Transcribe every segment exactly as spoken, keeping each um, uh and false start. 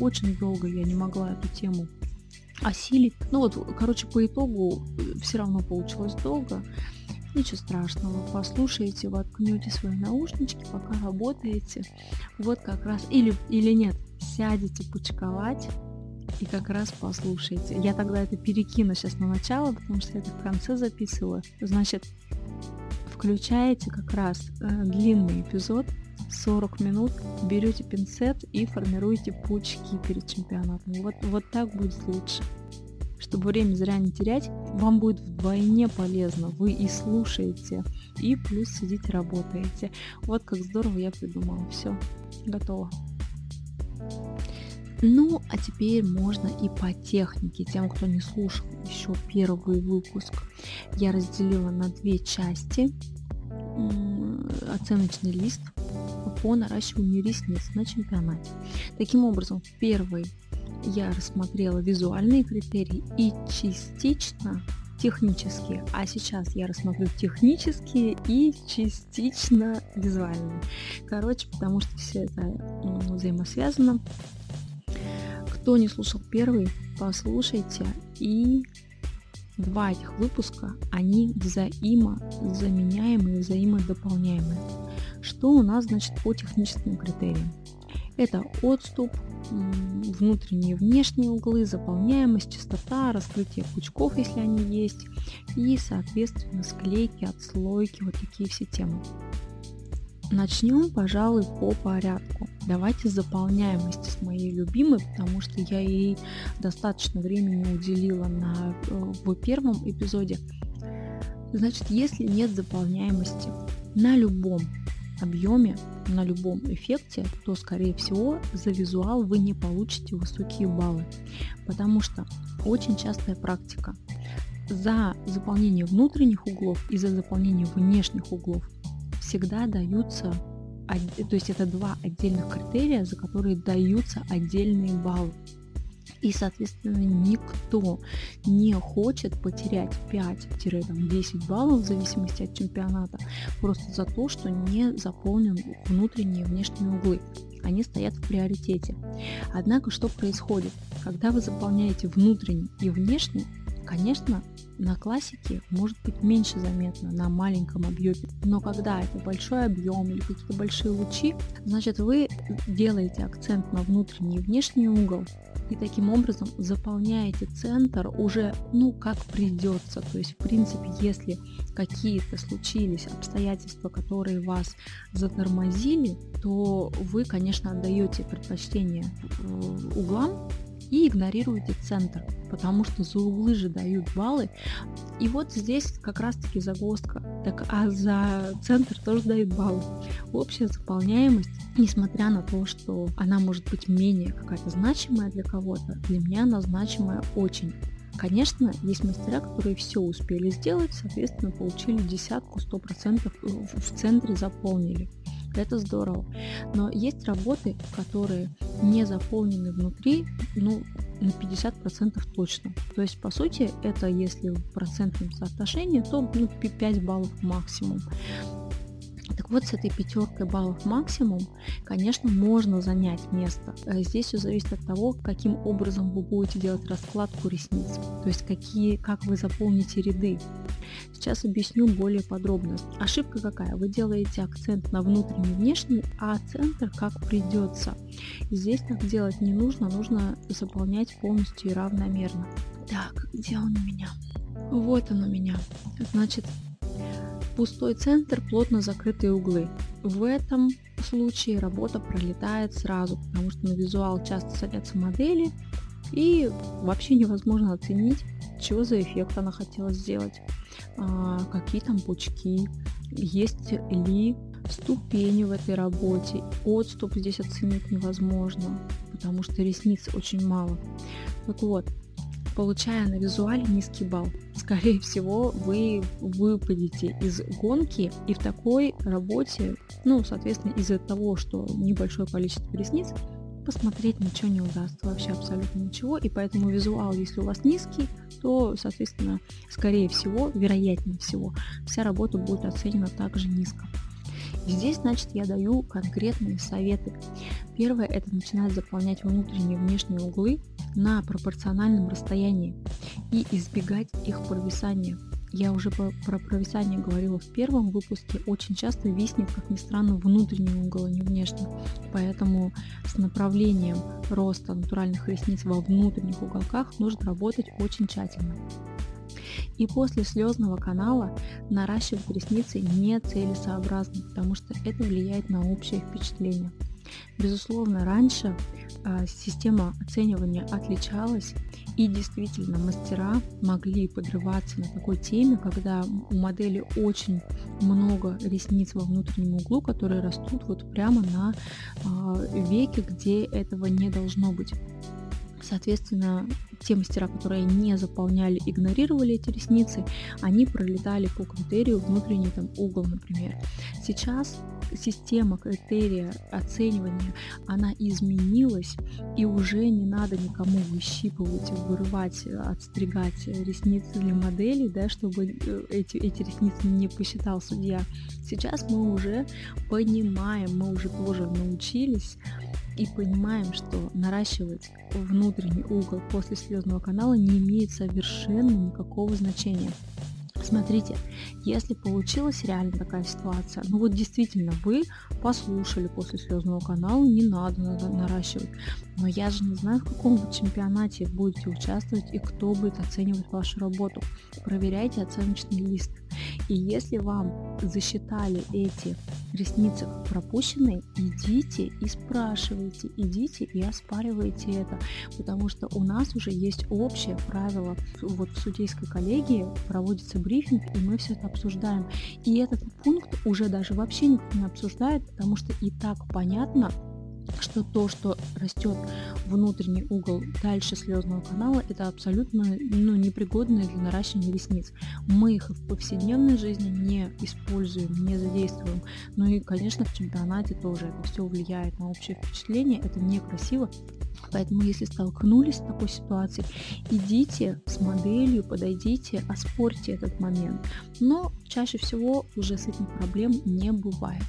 очень долго я не могла эту тему осилить. Ну вот, короче, по итогу все равно получилось долго. Ничего страшного, послушайте, воткнете свои наушнички, пока работаете. Вот как раз, или, или нет, сядете почковать и как раз послушайте. Я тогда это перекину сейчас на начало, потому что я это в конце записываю. Значит, включаете как раз э, длинный эпизод, сорок минут, берете пинцет и формируете пучки перед чемпионатом. Вот, вот так будет лучше. Чтобы время зря не терять, вам будет вдвойне полезно. Вы и слушаете, и плюс сидите, работаете. Вот как здорово я придумала. Все, готово. Ну, а теперь можно и по технике. Тем, кто не слушал еще первый выпуск, я разделила на две части оценочный лист по наращиванию ресниц на чемпионате. Таким образом, в первой я рассмотрела визуальные критерии и частично технические, а сейчас я рассмотрю технические и частично визуальные. Короче, потому что все это взаимосвязано. Кто не слушал первый, послушайте. И два этих выпуска, они взаимозаменяемые, взаимодополняемые. Что у нас, значит, по техническим критериям? Это отступ, внутренние и внешние углы, заполняемость, частота, раскрытие пучков, если они есть, и, соответственно, склейки, отслойки, вот такие все темы. Начнем, пожалуй, по порядку. Давайте с заполняемости, с моей любимой, потому что я ей достаточно времени уделила на, в первом эпизоде. Значит, если нет заполняемости на любом объеме, на любом эффекте, то, скорее всего, за визуал вы не получите высокие баллы, потому что очень частая практика. За заполнение внутренних углов и за заполнение внешних углов всегда даются, то есть это два отдельных критерия, за которые даются отдельные баллы. И, соответственно, никто не хочет потерять пять-десять баллов в зависимости от чемпионата просто за то, что не заполнен внутренние и внешние углы. Они стоят в приоритете. Однако, что происходит? Когда вы заполняете внутренний и внешний, конечно, на классике может быть меньше заметно на маленьком объеме, но когда это большой объем или какие-то большие лучи, значит, вы делаете акцент на внутренний и внешний угол, и таким образом заполняете центр уже, ну, как придется. То есть, в принципе, если какие-то случились обстоятельства, которые вас затормозили, то вы, конечно, отдаете предпочтение углам и игнорируете центр, потому что за углы же дают баллы. И вот здесь как раз-таки загвоздка. Так, а за центр тоже дают баллы. Общая заполняемость, несмотря на то, что она может быть менее какая-то значимая для кого-то, для меня она значимая очень. Конечно, есть мастера, которые все успели сделать, соответственно, получили десятку, сто процентов в центре заполнили. Это здорово. Но есть работы, которые не заполнены внутри, ну, на пятьдесят процентов точно. То есть, по сути, это если в процентном соотношении, то ну, пять баллов максимум. Так вот, с этой пятеркой баллов максимум, конечно, можно занять место. Здесь все зависит от того, каким образом вы будете делать раскладку ресниц, то есть какие, как вы заполните ряды. Сейчас объясню более подробно. Ошибка какая? Вы делаете акцент на внутренний и внешний, а центр как придется. Здесь так делать не нужно, нужно заполнять полностью и равномерно. Так, где он у меня? Вот он у меня. Значит, пустой центр, плотно закрытые углы. В этом случае работа пролетает сразу, потому что на визуал часто садятся модели, и вообще невозможно оценить, что за эффект она хотела сделать, а, какие там пучки, есть ли ступени в этой работе. Отступ здесь оценить невозможно, потому что ресниц очень мало. Так вот, получая на визуале низкий балл, скорее всего, вы выпадете из гонки, и в такой работе, ну, соответственно, из-за того, что небольшое количество ресниц, посмотреть ничего не удастся, вообще абсолютно ничего, и поэтому визуал, если у вас низкий, то, соответственно, скорее всего, вероятнее всего, вся работа будет оценена также низко. Здесь, значит, я даю конкретные советы. Первое — это начинать заполнять внутренние и внешние углы на пропорциональном расстоянии и избегать их провисания. Я уже по- про провисание говорила в первом выпуске. Очень часто виснет, как ни странно, внутренний угол, а не внешний. Поэтому с направлением роста натуральных ресниц во внутренних уголках нужно работать очень тщательно. И после слезного канала наращивать ресницы нецелесообразно, потому что это влияет на общее впечатление. Безусловно, раньше а, система оценивания отличалась, и действительно мастера могли подрываться на такой теме, когда у модели очень много ресниц во внутреннем углу, которые растут вот прямо на а, веке, где этого не должно быть. Соответственно, те мастера, которые не заполняли, игнорировали эти ресницы, они пролетали по критерию внутренний там, угол, например. Сейчас система критерия оценивания, она изменилась, и уже не надо никому выщипывать, вырывать, отстригать ресницы для моделей, да, чтобы эти, эти ресницы не посчитал судья. Сейчас мы уже понимаем, мы уже тоже научились и понимаем, что наращивать внутренний угол после слезного канала не имеет совершенно никакого значения. Смотрите, если получилась реально такая ситуация, ну вот действительно вы послушали после слезного канала, не надо, надо наращивать. Но я же не знаю, в каком вы чемпионате будете участвовать и кто будет оценивать вашу работу. Проверяйте оценочный лист. И если вам засчитали эти ресницы как пропущенные, идите и спрашивайте, идите и оспаривайте это, потому что у нас уже есть общее правило. Вот в судейской коллегии проводится брифинг, и мы все это обсуждаем. И этот пункт уже даже вообще никто не обсуждает, потому что и так понятно, что то, что растет внутренний угол дальше слезного канала, это абсолютно ну, непригодные для наращивания ресниц. Мы их в повседневной жизни не используем, не задействуем. Ну и, конечно, в чемпионате тоже это все влияет на общее впечатление, это некрасиво. Поэтому, если столкнулись с такой ситуацией, идите с моделью, подойдите, оспорьте этот момент. Но чаще всего уже с этим проблем не бывает.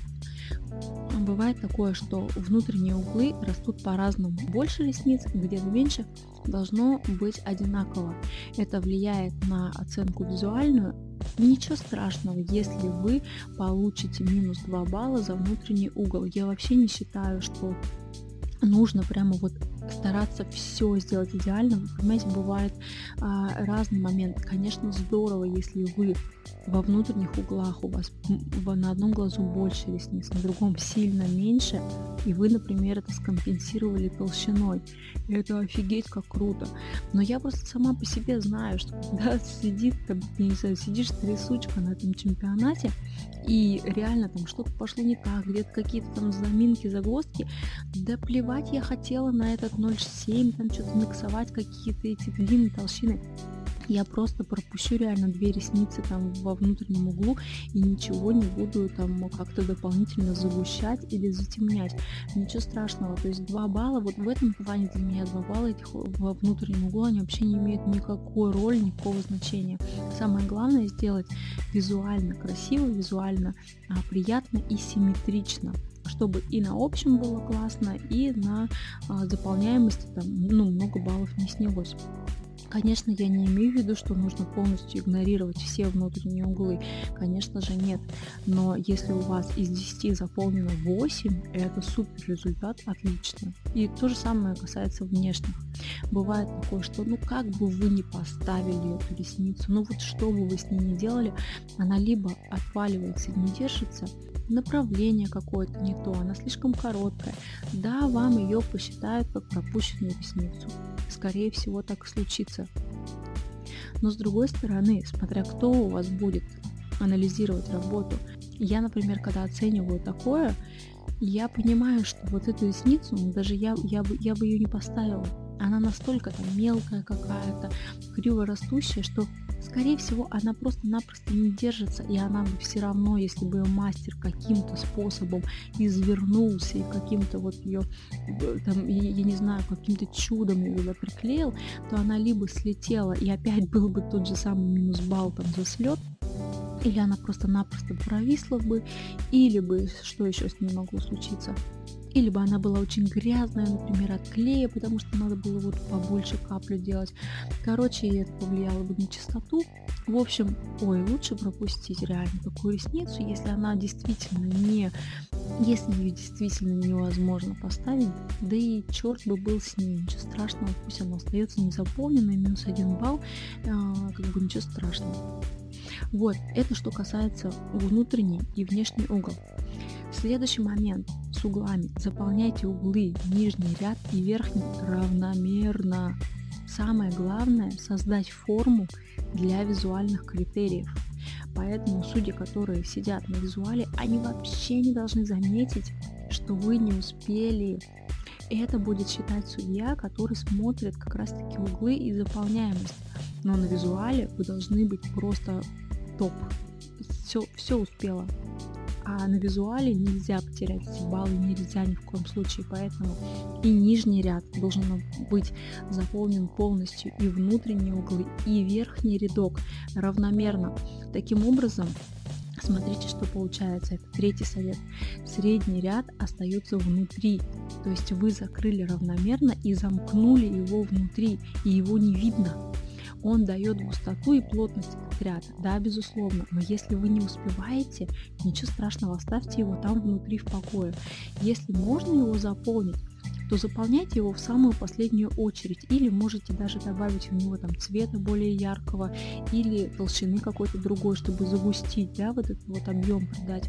Бывает такое, что внутренние углы растут по-разному. Больше ресниц, где-то меньше, должно быть одинаково. Это влияет на оценку визуальную. Ничего страшного, если вы получите минус два балла за внутренний угол. Я вообще не считаю, что нужно прямо вот стараться все сделать идеально. Вы понимаете, бывает а, разный момент. Конечно, здорово, если вы во внутренних углах у вас в, на одном глазу больше ресниц, на другом сильно меньше, и вы, например, это скомпенсировали толщиной. И это офигеть как круто. Но я просто сама по себе знаю, что когда сидит, там, я не знаю, сидишь трясучка на этом чемпионате, и реально там что-то пошло не так, где-то какие-то там заминки, загвоздки, да плевать я хотела на этот ноль семь, там что-то миксовать, какие-то эти длинные толщины. Я просто пропущу реально две ресницы там во внутреннем углу и ничего не буду там как-то дополнительно загущать или затемнять. Ничего страшного. То есть два балла, вот в этом плане для меня два балла этих во внутреннем углу, они вообще не имеют никакой роли, никакого значения. Самое главное сделать визуально красиво, визуально а, приятно и симметрично, чтобы и на общем было классно, и на а, заполняемости там, ну, много баллов не снялось. Конечно, я не имею в виду, что нужно полностью игнорировать все внутренние углы. Конечно же нет. Но если у вас из десяти заполнено восемь, это супер результат, отлично. И то же самое касается внешних. Бывает такое, что ну как бы вы ни поставили эту ресницу, ну вот что бы вы с ней ни делали, она либо отваливается и не держится, направление какое-то не то, она слишком короткая. Да, вам ее посчитают как пропущенную ресницу. Скорее всего, так и случится. Но с другой стороны, смотря кто у вас будет анализировать работу, я, например, когда оцениваю такое, я понимаю, что вот эту ресницу, даже я, я, бы, я бы ее не поставила. Она настолько там мелкая какая-то, криво растущая, что скорее всего она просто-напросто не держится, и она бы все равно, если бы ее мастер каким-то способом извернулся и каким-то вот ее, там, я, я не знаю, каким-то чудом ее туда приклеил, то она либо слетела, и опять был бы тот же самый минус балл там за слет, или она просто-напросто провисла бы, или бы, что еще с ней могло случиться, или бы она была очень грязная, например, от клея, потому что надо было вот побольше каплю делать. Короче, и это повлияло бы на чистоту. В общем, ой, лучше пропустить реально такую ресницу, если она действительно не... Если ее действительно невозможно поставить, да и черт бы был с ней, ничего страшного, пусть она остается незаполненной, минус один балл, а, как бы ничего страшного. Вот, это что касается внутренний и внешний угол. Следующий момент с углами. Заполняйте углы, нижний ряд и верхний равномерно. Самое главное — создать форму для визуальных критериев. Поэтому судьи, которые сидят на визуале, они вообще не должны заметить, что вы не успели. Это будет считать судья, который смотрит как раз-таки углы и заполняемость. Но на визуале вы должны быть просто топ. Все, все успела. А на визуале нельзя потерять эти баллы, нельзя ни в коем случае, поэтому и нижний ряд должен быть заполнен полностью, и внутренние углы, и верхний рядок равномерно. Таким образом, смотрите, что получается. Это третий совет. Средний ряд остается внутри, то есть вы закрыли равномерно и замкнули его внутри, и его не видно. Он дает густоту и плотность ряда, да, безусловно, но если вы не успеваете, ничего страшного, оставьте его там внутри в покое. Если можно его заполнить, то заполняйте его в самую последнюю очередь, или можете даже добавить в него там цвета более яркого или толщины какой-то другой, чтобы загустить, да, вот этот вот объем придать.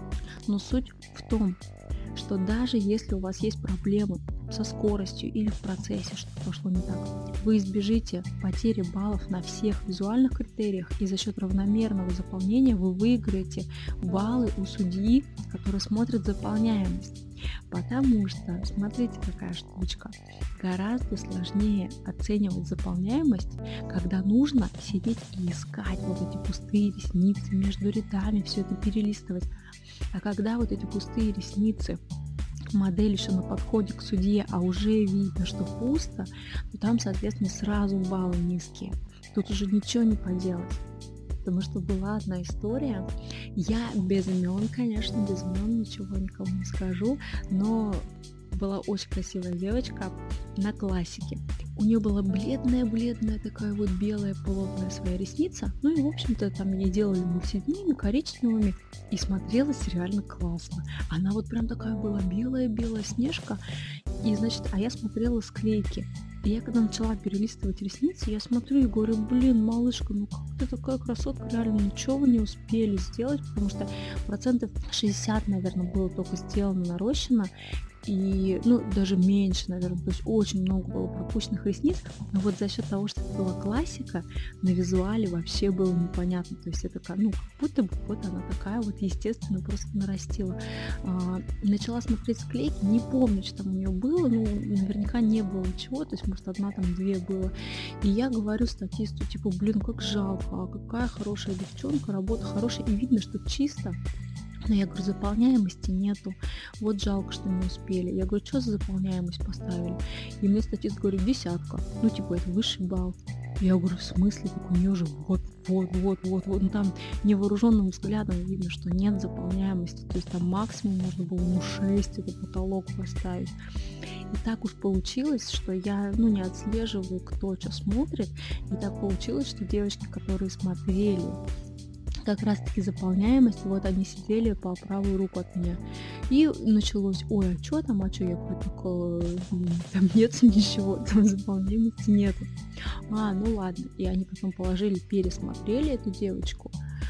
Но суть в том, что даже если у вас есть проблемы со скоростью или в процессе, что пошло не так, вы избежите потери баллов на всех визуальных критериях, и за счет равномерного заполнения вы выиграете баллы у судьи, который смотрит заполняемость. Потому что, смотрите, какая штучка, гораздо сложнее оценивать заполняемость, когда нужно сидеть и искать вот эти пустые ресницы между рядами, все это перелистывать. А когда вот эти пустые ресницы, модель еще на подходе к судье, а уже видно, что пусто, то там, соответственно, сразу баллы низкие. Тут уже ничего не поделать. Потому что была одна история, я без имен, конечно, без имен ничего никому не скажу, но была очень красивая девочка на классике. У нее была бледная-бледная такая вот белая плотная своя ресница. Ну и, в общем-то, там ей делали мультивными, коричневыми, и смотрелась реально классно. Она вот прям такая была белая-белая снежка. И, значит, а я смотрела склейки. И я когда начала перелистывать ресницы, я смотрю и говорю, блин, малышка, ну как ты такая красотка, реально ничего вы не успели сделать, потому что процентов шестьдесят, наверное, было только сделано, нарощено, и, ну, даже меньше, наверное, то есть очень много было пропущенных ресниц, но вот за счет того, что это была классика, на визуале вообще было непонятно, то есть это, ну, как будто бы вот она такая вот, естественно, просто нарастила. А, начала смотреть склейки, не помню, что там у нее было, ну, наверняка не было ничего, то есть, может, одна там, две было, и я говорю статисту, типа, блин, как жалко, а какая хорошая девчонка, работа хорошая, и видно, что чисто. Но я говорю, заполняемости нету, вот жалко, что не успели. Я говорю, что за заполняемость поставили? И мне статист говорит, десятка, ну типа это высший балл. Я говорю, в смысле, так у нее же вот, вот, вот, вот, вот, ну там невооруженным взглядом видно, что нет заполняемости, то есть там максимум можно было, ну шесть, это потолок поставить. И так уж получилось, что я, ну, не отслеживаю, кто что смотрит, и так получилось, что девочки, которые смотрели как раз-таки заполняемость, вот они сидели по правую руку от меня. И началось, ой, а что там, а что? Я говорю, так, там нет ничего, там заполняемости нету. А, ну ладно. И они потом положили, пересмотрели эту девочку.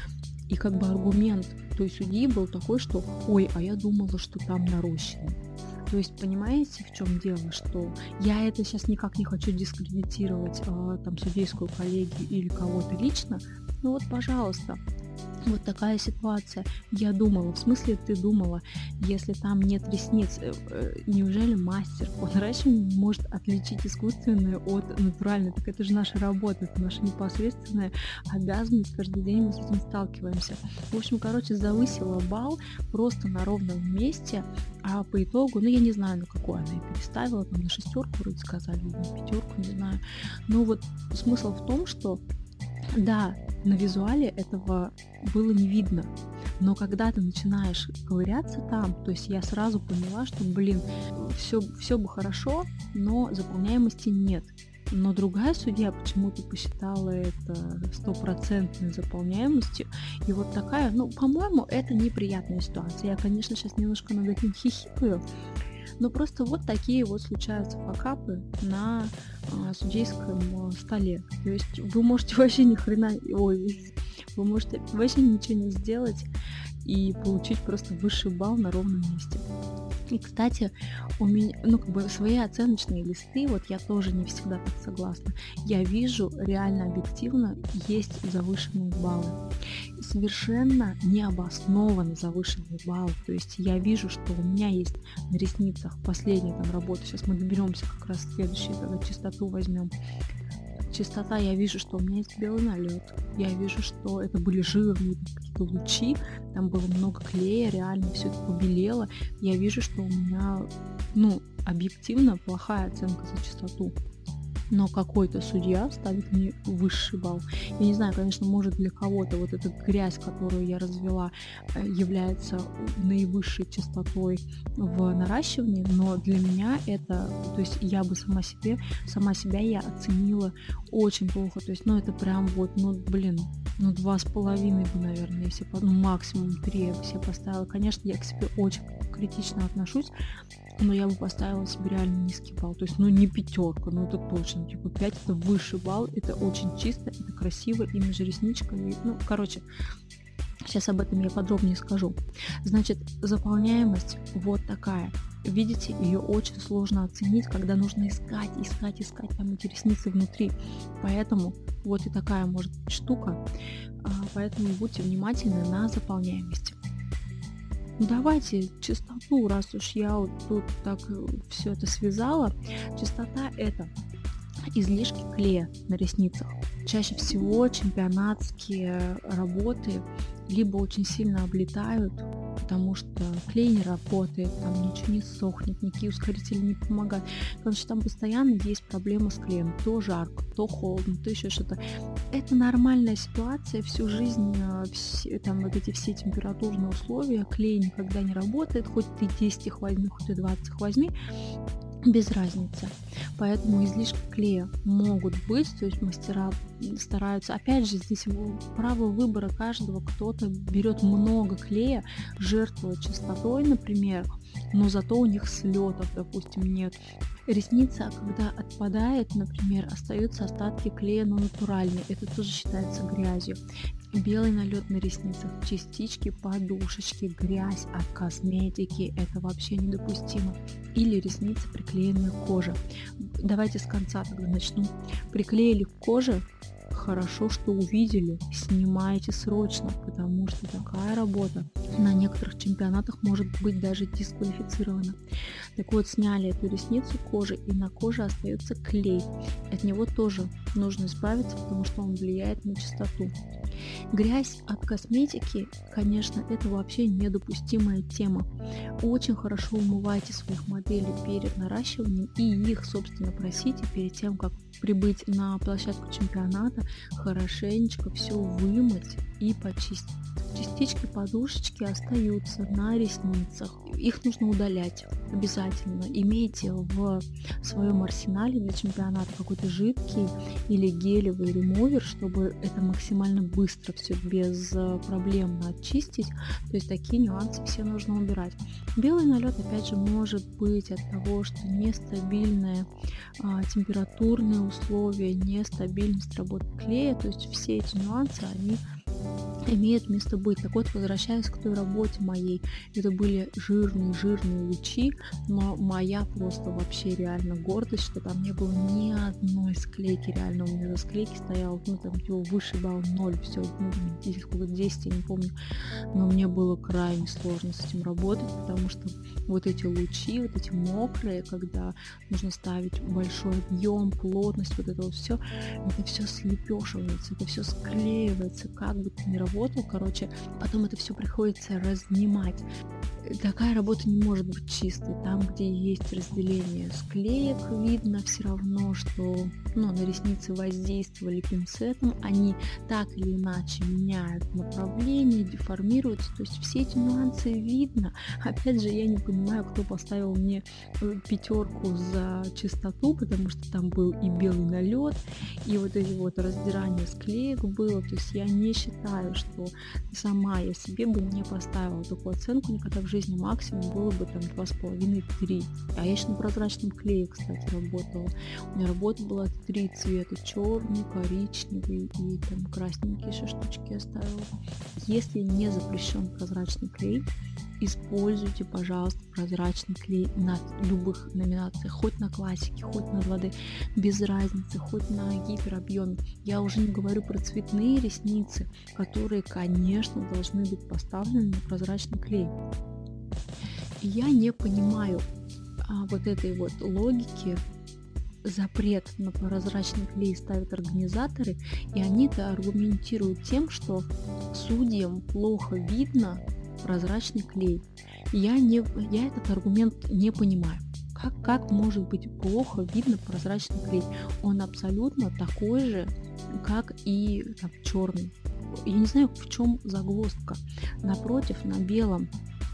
И как бы аргумент той судьи был такой, что, ой, а я думала, что там нарощено. То есть, понимаете, в чем дело, что я это сейчас никак не хочу дискредитировать а, там судейскую коллегию или кого-то лично, ну вот, пожалуйста, вот такая ситуация. Я думала, в смысле ты думала, если там нет ресниц, неужели мастер по наращиванию не может отличить искусственное от натуральной? Так это же наша работа, это наша непосредственная обязанность, каждый день мы с этим сталкиваемся. В общем, короче, завысила балл просто на ровном месте, а по итогу, ну я не знаю, на какой она и переставила, там на шестерку вроде сказали, или на пятерку, не знаю. Но вот смысл в том, что Да, на визуале этого было не видно, но когда ты начинаешь ковыряться там, то есть я сразу поняла, что, блин, все, все бы хорошо, но заполняемости нет. Но другая судья почему-то посчитала это стопроцентной заполняемостью. И вот такая, ну, по-моему, это неприятная ситуация. Я, конечно, сейчас немножко над этим хихикаю, но просто вот такие вот случаются факапы на а, судейском а, столе. То есть вы можете вообще ни хрена, ой, вы можете вообще ничего не сделать и получить просто высший балл на ровном месте. И, кстати, у меня, ну, как бы свои оценочные листы, вот я тоже не всегда так согласна. Я вижу реально объективно есть завышенные баллы. Совершенно необоснованно завышенные баллы. То есть я вижу, что у меня есть на ресницах последняя там работа. Сейчас мы доберемся как раз в следующий, когда чистоту возьмем. Чистота, я вижу, что у меня есть белый налет. Я вижу, что это были жирные какие-то лучи, там было много клея, реально все это побелело. Я вижу, что у меня, ну, объективно плохая оценка за чистоту. Но какой-то судья ставит мне высший балл. Я не знаю, конечно, может для кого-то вот эта грязь, которую я развела, является наивысшей частотой в наращивании, но для меня это, то есть я бы сама себе, сама себя я оценила очень плохо. То есть, ну это прям вот, ну блин, ну два с половиной бы, наверное, если ну, максимум три я бы себе поставила. Конечно, я к себе очень критично отношусь, но я бы поставила себе реально низкий балл. То есть, ну, не пятерка, ну, это точно. Типа, пять это высший балл, это очень чисто, это красиво, и между ресничками. Ну, короче, сейчас об этом я подробнее скажу. Значит, заполняемость вот такая. Видите, ее очень сложно оценить, когда нужно искать, искать, искать там эти ресницы внутри. Поэтому вот и такая может быть штука. Поэтому будьте внимательны на заполняемость. Давайте чистоту, раз уж я вот тут так все это связала. Чистота — это излишки клея на ресницах. Чаще всего чемпионатские работы либо очень сильно облетают, потому что клей не работает, там ничего не сохнет, никакие ускорители не помогают. Потому что там постоянно есть проблема с клеем. То жарко, то холодно, то еще что-то. Это нормальная ситуация. Всю жизнь все, там вот эти все температурные условия, клей никогда не работает, хоть ты десять их возьми, хоть ты двадцать их возьми, без разницы. Поэтому излишки клея могут быть, то есть мастера стараются, опять же, здесь право выбора каждого, кто-то берет много клея, жертвует чистотой, например, но зато у них слетов, допустим, нет. Ресница, когда отпадает, например, остаются остатки клея, но натуральные, это тоже считается грязью. Белый налет на ресницах, частички, подушечки, грязь от косметики, это вообще недопустимо. Или ресницы, приклеенные к коже. Давайте с конца тогда начну. Приклеили к коже, хорошо, что увидели, снимайте срочно, потому что такая работа на некоторых чемпионатах может быть даже дисквалифицирована. Так вот, сняли эту ресницу кожи, и на коже остается клей. От него тоже нужно избавиться, потому что он влияет на чистоту. Грязь от косметики, конечно, это вообще недопустимая тема. Очень хорошо умывайте своих моделей перед наращиванием и их, собственно, просите перед тем, как прибыть на площадку чемпионата, хорошенечко все вымыть и почистить. Частички подушечки остаются на ресницах. Их нужно удалять обязательно. Имейте в своем арсенале для чемпионата какой-то жидкий или гелевый ремувер, чтобы это максимально быстро все без проблем очистить. То есть такие нюансы все нужно убирать. Белый налет, опять же, может быть от того, что нестабильные а, температурные условия, нестабильность работы клея. То есть все эти нюансы, они имеет место быть. Так вот, возвращаясь к той работе моей, это были жирные-жирные лучи, но моя просто вообще реально гордость, что там не было ни одной склейки, реально у меня за склейки стоял, ну там его высший балл ноль, все, ну, сколько, десять, я не помню, но мне было крайне сложно с этим работать, потому что вот эти лучи, вот эти мокрые, когда нужно ставить большой объем, плотность, вот это вот все, это все слепешивается, это все склеивается, как бы ты ни работал, работал, короче, потом это все приходится разнимать. Такая работа не может быть чистой. Там, где есть разделение склеек, видно все равно, что ну, на ресницы воздействовали пинцетом, они так или иначе меняют направление, деформируются, то есть все эти нюансы видно. Опять же, я не понимаю, кто поставил мне пятерку за чистоту, потому что там был и белый налет, и вот эти вот раздирания склеек было, то есть я не считаю, что сама я себе бы не поставила такую оценку никогда в жизни, максимум было бы там два с половиной-три. А я еще на прозрачном клее, кстати, работала. У меня работа была три цвета: черный, коричневый и там красненькие еще штучки оставила. Если не запрещен прозрачный клей, используйте, пожалуйста, прозрачный клей на любых номинациях, хоть на классике, хоть на два дэ, без разницы, хоть на гиперобъеме. Я уже не говорю про цветные ресницы, которые, конечно, должны быть поставлены на прозрачный клей. И я не понимаю а, вот этой вот логики. Запрет на прозрачный клей ставят организаторы, и они это аргументируют тем, что судьям плохо видно прозрачный клей. Я, не, я этот аргумент не понимаю. Как, как может быть плохо видно прозрачный клей? Он абсолютно такой же, как и там, черный. Я не знаю, в чем загвоздка. Напротив, на белом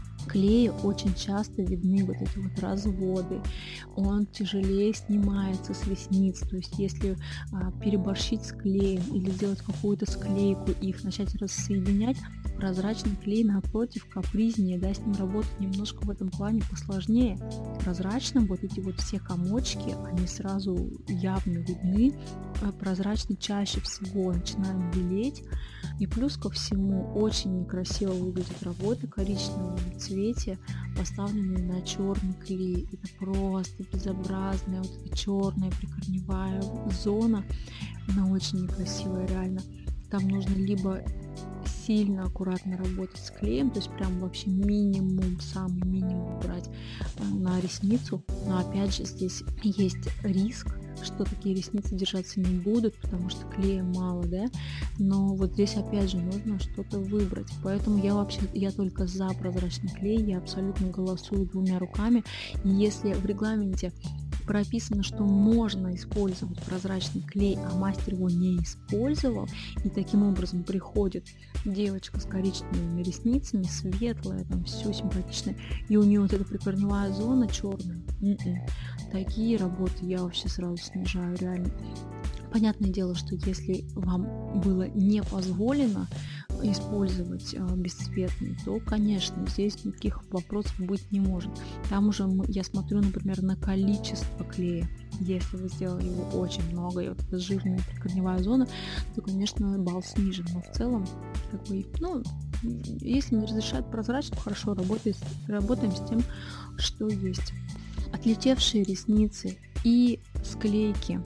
клее очень часто видны вот эти вот разводы, он тяжелее снимается с ресниц, то есть если а, переборщить с клеем или делать какую-то склейку и их начать рассоединять, прозрачный клей напротив капризнее, да, с ним работать немножко в этом плане посложнее. Прозрачным вот эти вот все комочки, они сразу явно видны, прозрачный чаще всего начинают белеть, и плюс ко всему очень некрасиво выглядит работа коричневого цвете, поставленные на черный клей. Это просто безобразная вот эта черная прикорневая зона, она очень некрасивая реально. Там нужно либо сильно аккуратно работать с клеем, то есть прям вообще минимум, самый минимум брать на ресницу, но опять же здесь есть риск, что такие ресницы держаться не будут, потому что клея мало, да, но вот здесь опять же нужно что-то выбрать, поэтому я вообще, я только за прозрачный клей, я абсолютно голосую двумя руками, и если в регламенте прописано, что можно использовать прозрачный клей, а мастер его не использовал, и таким образом приходит девочка с коричневыми ресницами, светлая, там все симпатичное, и у нее вот эта прикорневая зона черная. м-м. Такие работы я вообще сразу снижаю, реально. Понятное дело, что если вам было не позволено использовать э, бесцветный, то, конечно, здесь никаких вопросов быть не может. Там уже мы, я смотрю, например, на количество клея. Если вы сделали его очень много, и вот эта жирная прикорневая зона, то, конечно, балл снижен. Но в целом, как бы, ну, если не разрешают прозрачно, хорошо, работает, работаем с тем, что есть. Отлетевшие ресницы и склейки.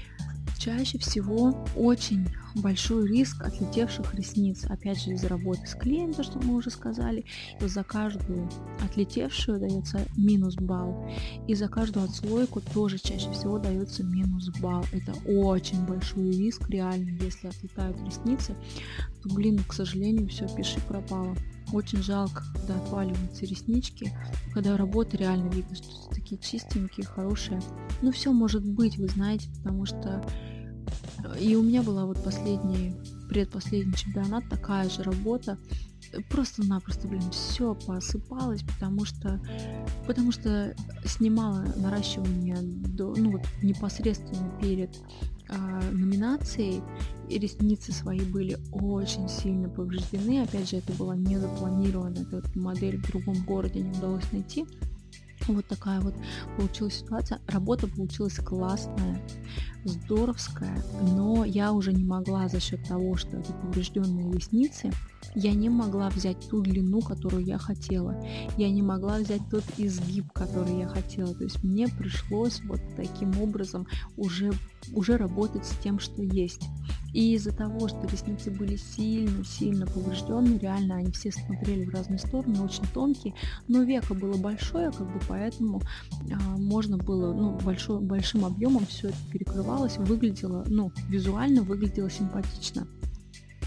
Чаще всего очень большой риск отлетевших ресниц, опять же из-за работы с клеем, то, что мы уже сказали, и за каждую отлетевшую дается минус балл, и за каждую отслойку тоже чаще всего дается минус балл. Это очень большой риск, реально, если отлетают ресницы, то, блин, к сожалению, все, пиши пропало. Очень жалко, когда отваливаются реснички, когда работа реально видно, что такие чистенькие, хорошие. Ну, все может быть, вы знаете, потому что и у меня была вот последний, предпоследний чемпионат, такая же работа. Просто-напросто, блин, все посыпалось, потому что, потому что снимала наращивание до, ну, вот непосредственно перед а, номинацией. И ресницы свои были очень сильно повреждены. Опять же, это была не запланирована, эта вот модель в другом городе не удалось найти. Вот такая вот получилась ситуация. Работа получилась классная, здоровская, но я уже не могла за счет того, что это поврежденные ресницы, я не могла взять ту длину, которую я хотела. Я не могла взять тот изгиб, который я хотела. То есть мне пришлось вот таким образом уже, уже работать с тем, что есть. И из-за того, что ресницы были сильно-сильно повреждены, реально они все смотрели в разные стороны, очень тонкие, но веко было большое, как бы поэтому а, можно было, ну, большой, большим объемом все это перекрывалось, выглядело, ну, визуально выглядело симпатично.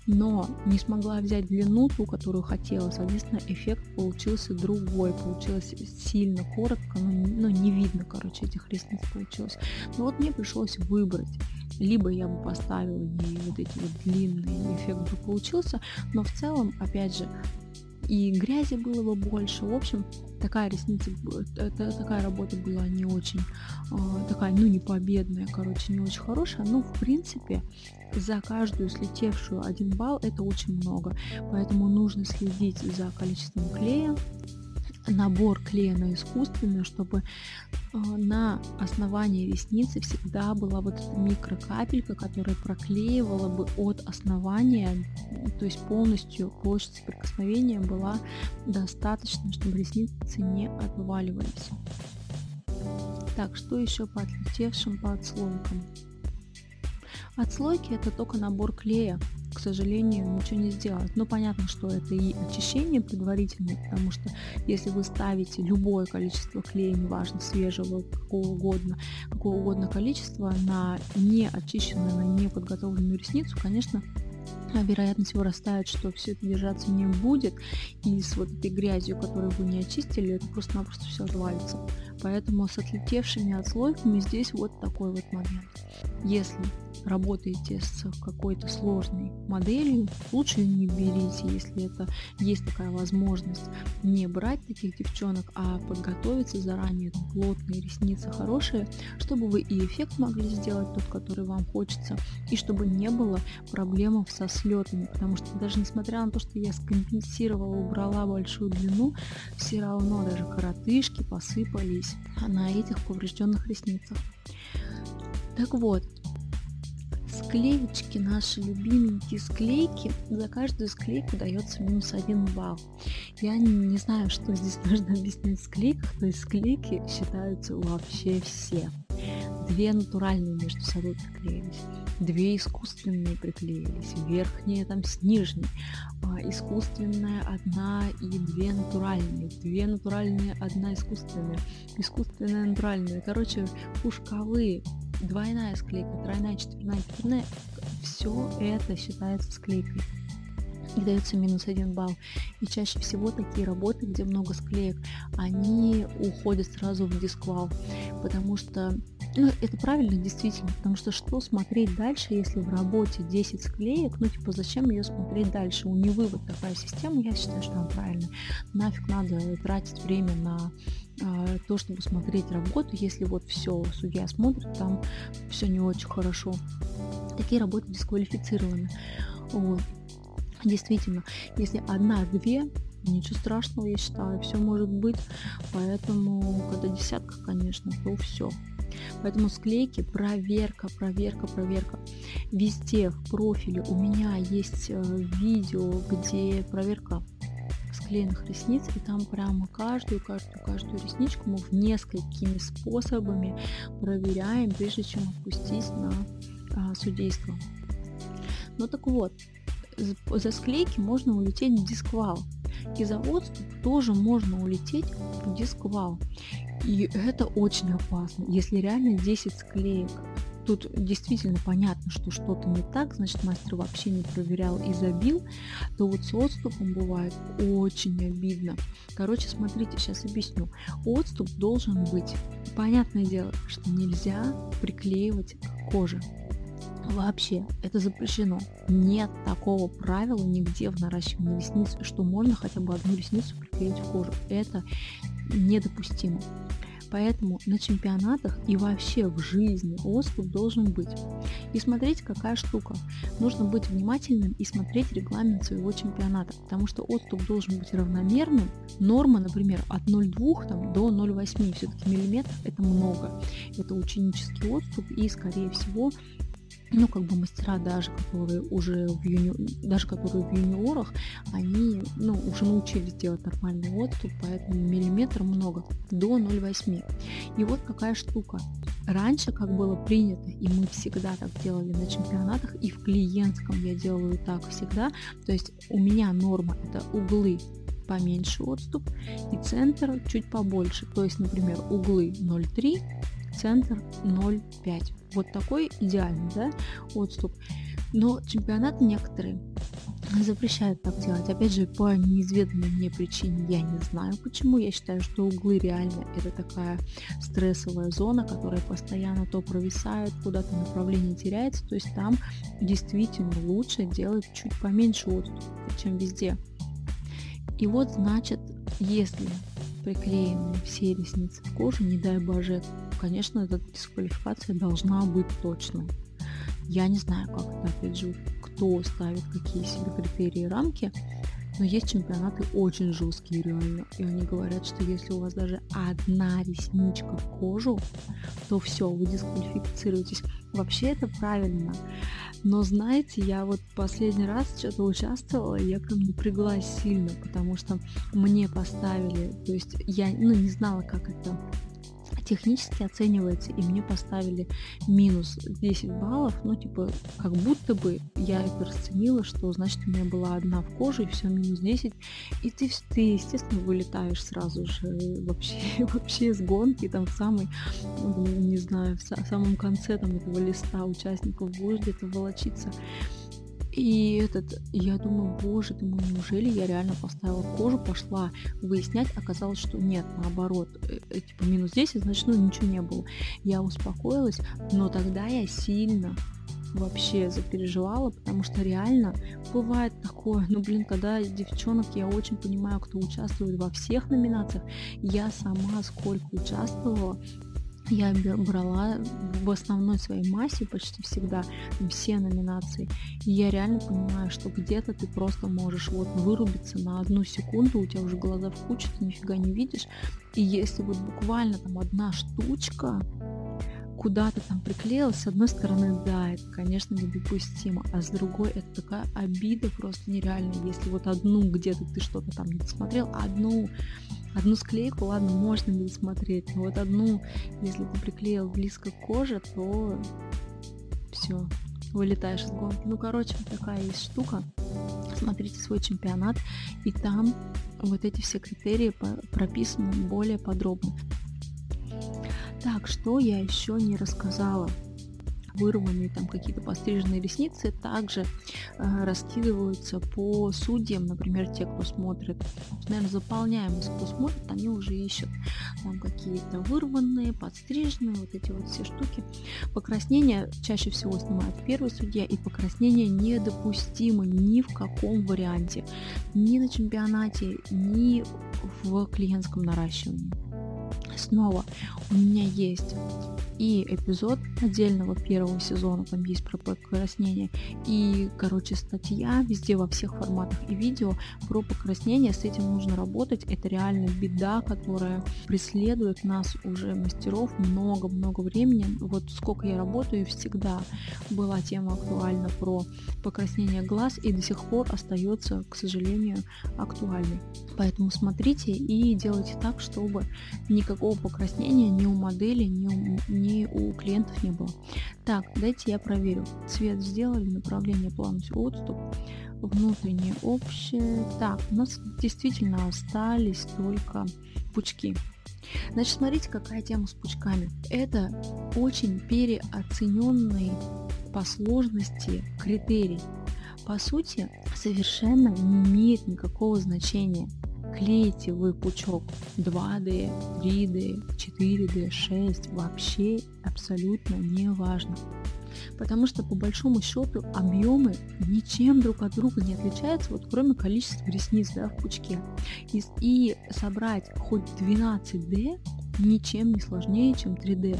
но не смогла взять длину, ту, которую хотела. Соответственно, эффект получился другой. Получилось сильно коротко, ну, ну не видно, короче, этих ресниц получилось. Но вот мне пришлось выбрать. Либо я бы поставила ей вот эти вот длинные, эффект бы получился, но в целом, опять же, и грязи было бы больше. В общем, такая ресница, это, такая работа была не очень, э, такая, ну, не победная, короче, не очень хорошая. Но, в принципе, за каждую слетевшую один балл это очень много. Поэтому нужно следить за количеством клея, набор клея на искусственную, чтобы э, на основании ресницы всегда была вот эта микрокапелька, которая проклеивала бы от основания, то есть полностью площадь соприкосновения была достаточно, чтобы ресницы не отваливались. Так, что еще по отлетевшим, по отслойкам? Отслойки это только набор клея. К сожалению, ничего не сделать. Но понятно, что это и очищение предварительное, потому что если вы ставите любое количество клея, неважно, свежего, какого угодно, какого угодно количества, на неочищенную, на неподготовленную ресницу, конечно, вероятность вырастает, что все это держаться не будет, и с вот этой грязью, которую вы не очистили, это просто-напросто все отвалится. Поэтому с отлетевшими отслойками здесь вот такой вот момент. Если работаете с какой-то сложной моделью, лучше ее не берите, если это есть такая возможность, не брать таких девчонок, а подготовиться заранее, там, плотные ресницы хорошие, чтобы вы и эффект могли сделать тот, который вам хочется, и чтобы не было проблем со слетами, потому что даже несмотря на то, что я скомпенсировала, убрала большую длину, все равно даже коротышки посыпались на этих поврежденных ресницах. Так вот, склеечки, наши любименькие склейки, за каждую склейку дается минус один балл. Я не, не знаю, что здесь нужно объяснять в склейках, то есть склейки считаются вообще все. Две натуральные между собой приклеились, две искусственные приклеились, верхняя там с нижней, а, искусственная одна и две натуральные, две натуральные, одна искусственная, искусственная натуральная, короче, пушковые, двойная склейка, тройная, четверная, пятерная, все это считается склейкой. И дается минус один балл. И чаще всего такие работы, где много склеек, они уходят сразу в дисквал, потому что, ну, это правильно, действительно, потому что что смотреть дальше, если в работе десять склеек, ну, типа, зачем ее смотреть дальше? У Невы вот такая система, я считаю, что она правильная. Нафиг надо тратить время на а, то, чтобы смотреть работу, если вот все, судья смотрит, там все не очень хорошо. Такие работы дисквалифицированы. Вот. Действительно, если одна-две, ничего страшного, я считаю, все может быть. Поэтому, когда десятка, конечно, то все. Поэтому склейки, проверка, проверка, проверка. Везде в профиле у меня есть э, видео, где проверка склеенных ресниц, и там прямо каждую, каждую, каждую ресничку мы в несколькими способами проверяем, прежде чем отпустить на э, судейство. Ну так вот, за склейки можно улететь в дисквал. И за отступ тоже можно улететь в дисквал. И это очень опасно. Если реально десять склеек, тут действительно понятно, что что-то не так, значит, мастер вообще не проверял и забил, то вот с отступом бывает очень обидно. Короче, смотрите, сейчас объясню. Отступ должен быть. Понятное дело, что нельзя приклеивать к коже. Вообще, это запрещено. Нет такого правила нигде в наращивании ресниц, что можно хотя бы одну ресницу приклеить в кожу. Это недопустимо. Поэтому на чемпионатах и вообще в жизни отступ должен быть. И смотрите, какая штука. Нужно быть внимательным и смотреть регламент своего чемпионата, потому что отступ должен быть равномерным. Норма, например, от ноль целых две там, до ноль целых восемь, все-таки миллиметров это много. Это ученический отступ, и, скорее всего, ну, как бы мастера, даже которые уже в юни... даже которые в юниорах, они, ну, уже научились делать нормальный отступ, поэтому миллиметр много, до ноль целых восемь. И вот какая штука. Раньше, как было принято, и мы всегда так делали на чемпионатах, и в клиентском я делаю так всегда, то есть у меня норма это углы поменьше отступ и центр чуть побольше, то есть, например, углы ноль целых три, центр ноль целых пять. Вот такой идеальный, да, отступ. Но чемпионаты некоторые запрещают так делать. Опять же, по неизведанной мне причине, я не знаю почему. Я считаю, что углы реально это такая стрессовая зона, которая постоянно то провисает, куда-то направление теряется. То есть там действительно лучше делать чуть поменьше отступов, чем везде. И вот, значит, если приклеены все ресницы в кожу, не дай боже, конечно, эта дисквалификация должна быть точной. Я не знаю, как это, опять же, кто ставит какие себе критерии и рамки, но есть чемпионаты очень жесткие реально, и они говорят, что если у вас даже одна ресничка в кожу, то все, вы дисквалифицируетесь. Вообще это правильно, но знаете, я вот последний раз что-то участвовала, я прям напряглась сильно, потому что мне поставили, то есть я, ну, не знала, как это технически оценивается, и мне поставили минус десять баллов, ну, типа, как будто бы я это расценила, что, значит, у меня была одна в коже, и все, минус десять, и ты, ты, естественно, вылетаешь сразу же вообще, вообще с гонки, там, в самой, ну, не знаю, в, в самом конце там этого листа участников будешь где-то волочиться. И этот, я думаю, боже ты мой, неужели я реально поставила кожу, пошла выяснять, оказалось, что нет, наоборот, э, э, типа минус десять, значит, ну ничего не было. Я успокоилась, но тогда я сильно вообще запереживала, потому что реально бывает такое, ну блин, когда девчонок, я очень понимаю, кто участвует во всех номинациях, я сама сколько участвовала, я брала в основной своей массе почти всегда все номинации. И я реально понимаю, что где-то ты просто можешь вот вырубиться на одну секунду, у тебя уже глаза в кучу, ты нифига не видишь. И если вот буквально там одна штучка куда-то там приклеилась, с одной стороны, да, это, конечно, недопустимо, а с другой, это такая обида просто нереальная, если вот одну где-то ты что-то там не досмотрел, а одну Одну склейку, ладно, можно не досмотреть, но вот одну, если ты приклеил близко к коже, то все, вылетаешь из гонки. Ну, короче, вот такая есть штука. Смотрите свой чемпионат, и там вот эти все критерии прописаны более подробно. Так, что я еще не рассказала? Вырванные там какие-то постриженные ресницы также э, раскидываются по судьям, например, те, кто смотрит, наверное, заполняемость, кто смотрит, они уже ищут там какие-то вырванные, подстриженные, вот эти вот все штуки. Покраснение чаще всего снимает первый судья, и покраснение недопустимо ни в каком варианте, ни на чемпионате, ни в клиентском наращивании. Снова у меня есть и эпизод отдельного первого сезона, там есть про покраснение, и, короче, статья везде во всех форматах и видео про покраснение, с этим нужно работать, это реально беда, которая преследует нас уже, мастеров, много-много времени, вот сколько я работаю, всегда была тема актуальна про покраснение глаз, и до сих пор остается, к сожалению, актуальной. Поэтому смотрите и делайте так, чтобы никакого покраснения ни у модели, ни у, ни у клиентов не было. Так, дайте я проверю. Цвет сделали, направление плавность отступ, внутреннее общее. Так, у нас действительно остались только пучки. Значит, смотрите, какая тема с пучками. Это очень переоцененный по сложности критерий. По сути, совершенно не имеет никакого значения, клеите вы пучок два дэ, три дэ, четыре дэ, шесть, вообще абсолютно не важно. Потому что по большому счету объемы ничем друг от друга не отличаются, вот кроме количества ресниц, да, в пучке. И, и собрать хоть двенадцать дэ ничем не сложнее, чем три дэ.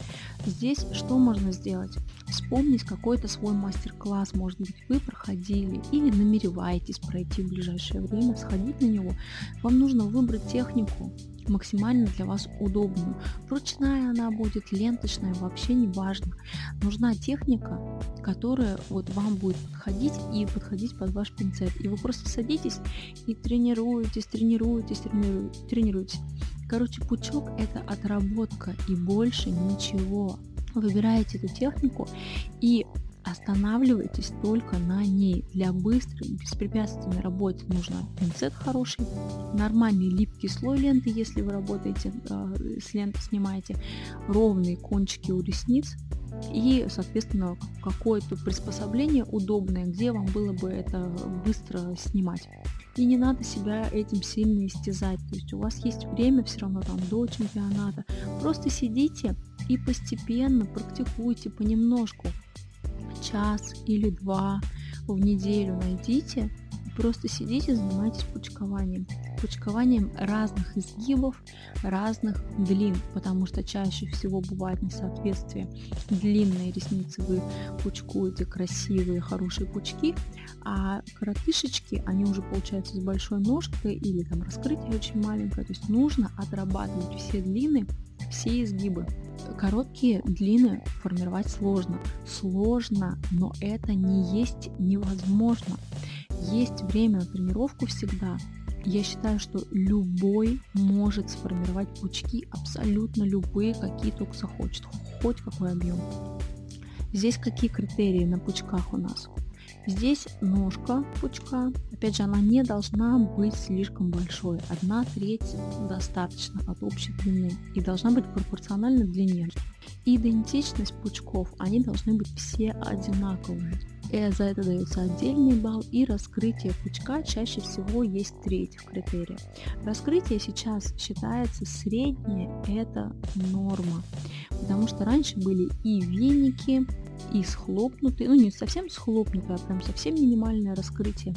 Здесь что можно сделать? Вспомнить какой-то свой мастер-класс, может быть, вы проходили или намереваетесь пройти в ближайшее время, сходить на него. Вам нужно выбрать технику максимально для вас удобную. Ручная она будет, ленточная, вообще не важно. Нужна техника, которая вот вам будет подходить и подходить под ваш пинцет. И вы просто садитесь и тренируетесь, тренируетесь, тренируетесь, тренируетесь. Короче, пучок – это отработка и больше ничего. Выбираете эту технику и Останавливайтесь только на ней. Для быстрой, беспрепятственной работы нужно пинцет хороший, нормальный липкий слой ленты, если вы работаете э, с ленты, снимаете, ровные кончики у ресниц и, соответственно, какое-то приспособление удобное, где вам было бы это быстро снимать. И не надо себя этим сильно истязать. То есть у вас есть время все равно там до чемпионата. Просто сидите и постепенно практикуйте понемножку. Час или два в неделю найдите. Просто сидите, занимайтесь пучкованием. Пучкованием разных изгибов, разных длин, потому что чаще всего бывает несоответствие. Длинные ресницы вы пучкуете, красивые, хорошие пучки, а коротышечки, они уже получаются с большой ножкой или там раскрытие очень маленькое. То есть нужно отрабатывать все длины, все изгибы. Короткие длины формировать сложно. Сложно, но это не есть невозможно. Есть время на тренировку всегда. Я считаю, что любой может сформировать пучки, абсолютно любые, какие только захочет, хоть какой объем. Здесь какие критерии на пучках у нас? Здесь ножка пучка, опять же, она не должна быть слишком большой, одна треть достаточно от общей длины и должна быть пропорциональна длине. Идентичность пучков, они должны быть все одинаковые. И за это дается отдельный балл, и раскрытие пучка чаще всего есть треть в критерии. Раскрытие сейчас считается среднее, это норма, потому что раньше были и веники, и схлопнутые, ну не совсем схлопнутые, а прям совсем минимальное раскрытие.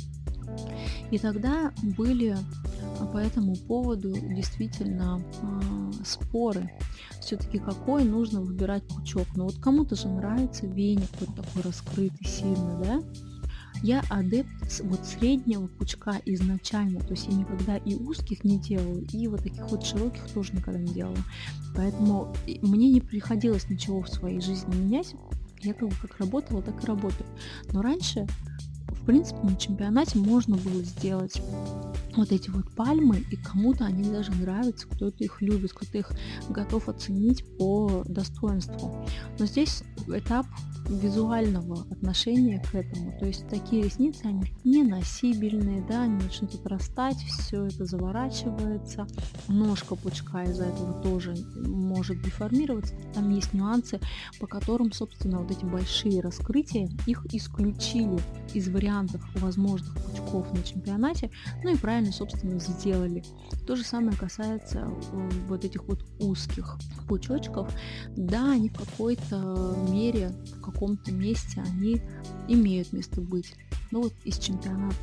И тогда были по этому поводу действительно э, споры. Все-таки какой нужно выбирать пучок. Но вот кому-то же нравится веник вот такой раскрытый сильно, да? Я адепт вот среднего пучка изначально, то есть я никогда и узких не делала, и вот таких вот широких тоже никогда не делала. Поэтому мне не приходилось ничего в своей жизни менять. Я как бы как работала, так и работаю. Но раньше, в принципе, на чемпионате можно было сделать вот эти вот пальмы, и кому-то они даже нравятся, кто-то их любит, кто-то их готов оценить по достоинству. Но здесь этап визуального отношения к этому. То есть такие ресницы, они не носибельные, да, они начнут отрастать, все это заворачивается. Ножка пучка из-за этого тоже может деформироваться. Там есть нюансы, по которым, собственно, вот эти большие раскрытия, их исключили из вариантов возможных пучков на чемпионате, ну и правильно, собственно, сделали. То же самое касается вот этих вот узких пучочков. Да, они в какой-то мере, в каком-то месте они имеют место быть. Но вот из чемпионатов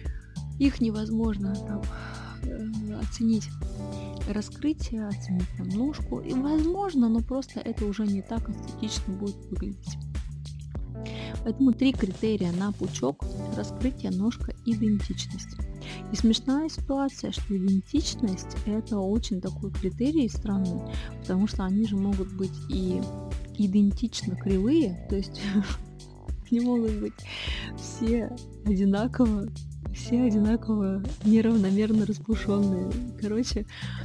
их невозможно там э, оценить раскрытие, оценить там ножку. И возможно, но просто это уже не так эстетично будет выглядеть. Поэтому три критерия на пучок: раскрытие, ножка, идентичность. И смешная ситуация, что идентичность – это очень такой критерий странный, потому что они же могут быть и идентично кривые, то есть не могут быть все одинаково, все одинаково неравномерно распушенные. Короче,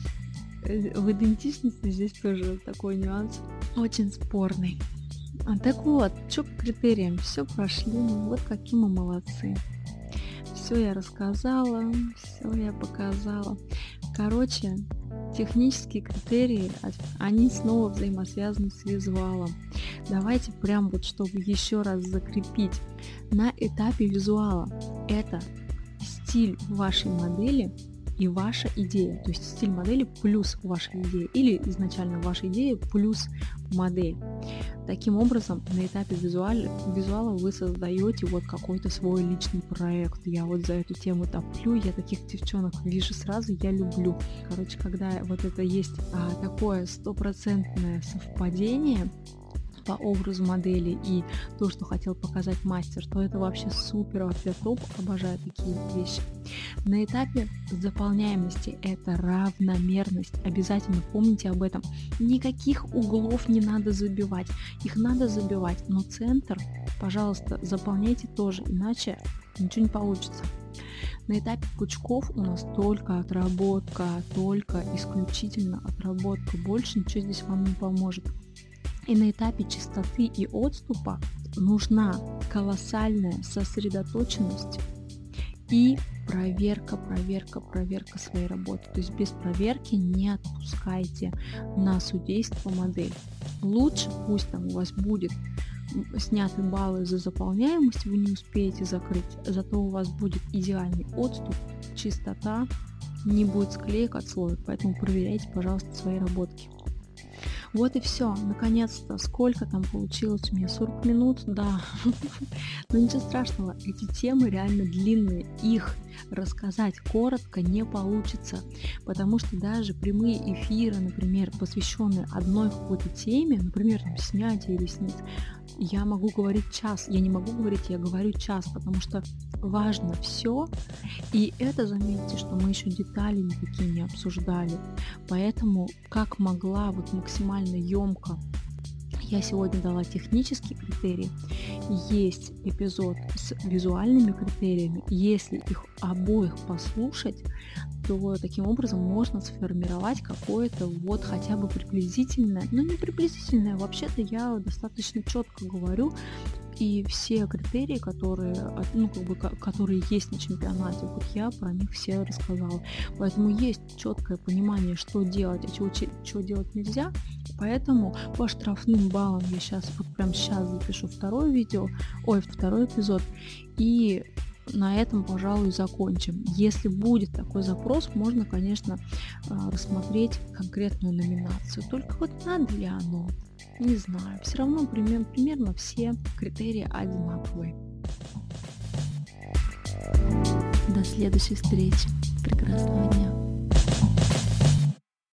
в идентичности здесь тоже такой нюанс очень спорный. А так вот, что по критериям? Все прошли, ну вот какие мы молодцы. Все я рассказала, все я показала. Короче, технические критерии, они снова взаимосвязаны с визуалом. Давайте прям вот, чтобы еще раз закрепить. На этапе визуала это стиль вашей модели и ваша идея. То есть стиль модели плюс ваша идея. Или изначально ваша идея плюс модель. Таким образом, на этапе визуаль, визуала вы создаете вот какой-то свой личный проект. Я вот за эту тему топлю, я таких девчонок вижу сразу, я люблю. Короче, когда вот это есть а, такое стопроцентное совпадение по образу модели и то, что хотел показать мастер, то это вообще супер, вообще топ, обожаю такие вещи. На этапе заполняемости это равномерность, обязательно помните об этом. Никаких углов не надо забивать, их надо забивать, но центр, пожалуйста, заполняйте тоже, иначе ничего не получится. На этапе пучков у нас только отработка, только исключительно отработка, больше ничего здесь вам не поможет. И на этапе чистоты и отступа нужна колоссальная сосредоточенность и проверка, проверка, проверка своей работы. То есть без проверки не отпускайте на судейство модель. Лучше пусть там у вас будет сняты баллы за заполняемость, вы не успеете закрыть, зато у вас будет идеальный отступ, чистота, не будет склеек от слоев, поэтому проверяйте, пожалуйста, свои работки. Вот и все, наконец-то. Сколько там получилось у меня? сорок минут? Да. Но ничего страшного, эти темы реально длинные. Их рассказать коротко не получится, потому что даже прямые эфиры, например, посвященные одной какой-то теме, например, там, снятие ресниц, я могу говорить час. Я не могу говорить, я говорю час, потому что важно все. И это, заметьте, что мы еще детали никакие не обсуждали. Поэтому, как могла, вот максимально емко я сегодня дала технические критерии. Есть эпизод с визуальными критериями. Если их обоих послушать, то таким образом можно сформировать какое-то вот хотя бы приблизительное, но не приблизительное, вообще-то я достаточно четко говорю, и все критерии, которые, ну, как бы, которые есть на чемпионате, вот я про них все рассказала. Поэтому есть четкое понимание, что делать, а чего, чего делать нельзя. Поэтому по штрафным баллам я сейчас, вот прям сейчас запишу второе видео, ой, второй эпизод, и на этом, пожалуй, закончим. Если будет такой запрос, можно, конечно, рассмотреть конкретную номинацию. Только вот надо ли оно? Не знаю. Все равно примерно, примерно все критерии одинаковые. До следующей встречи. Прекрасного дня.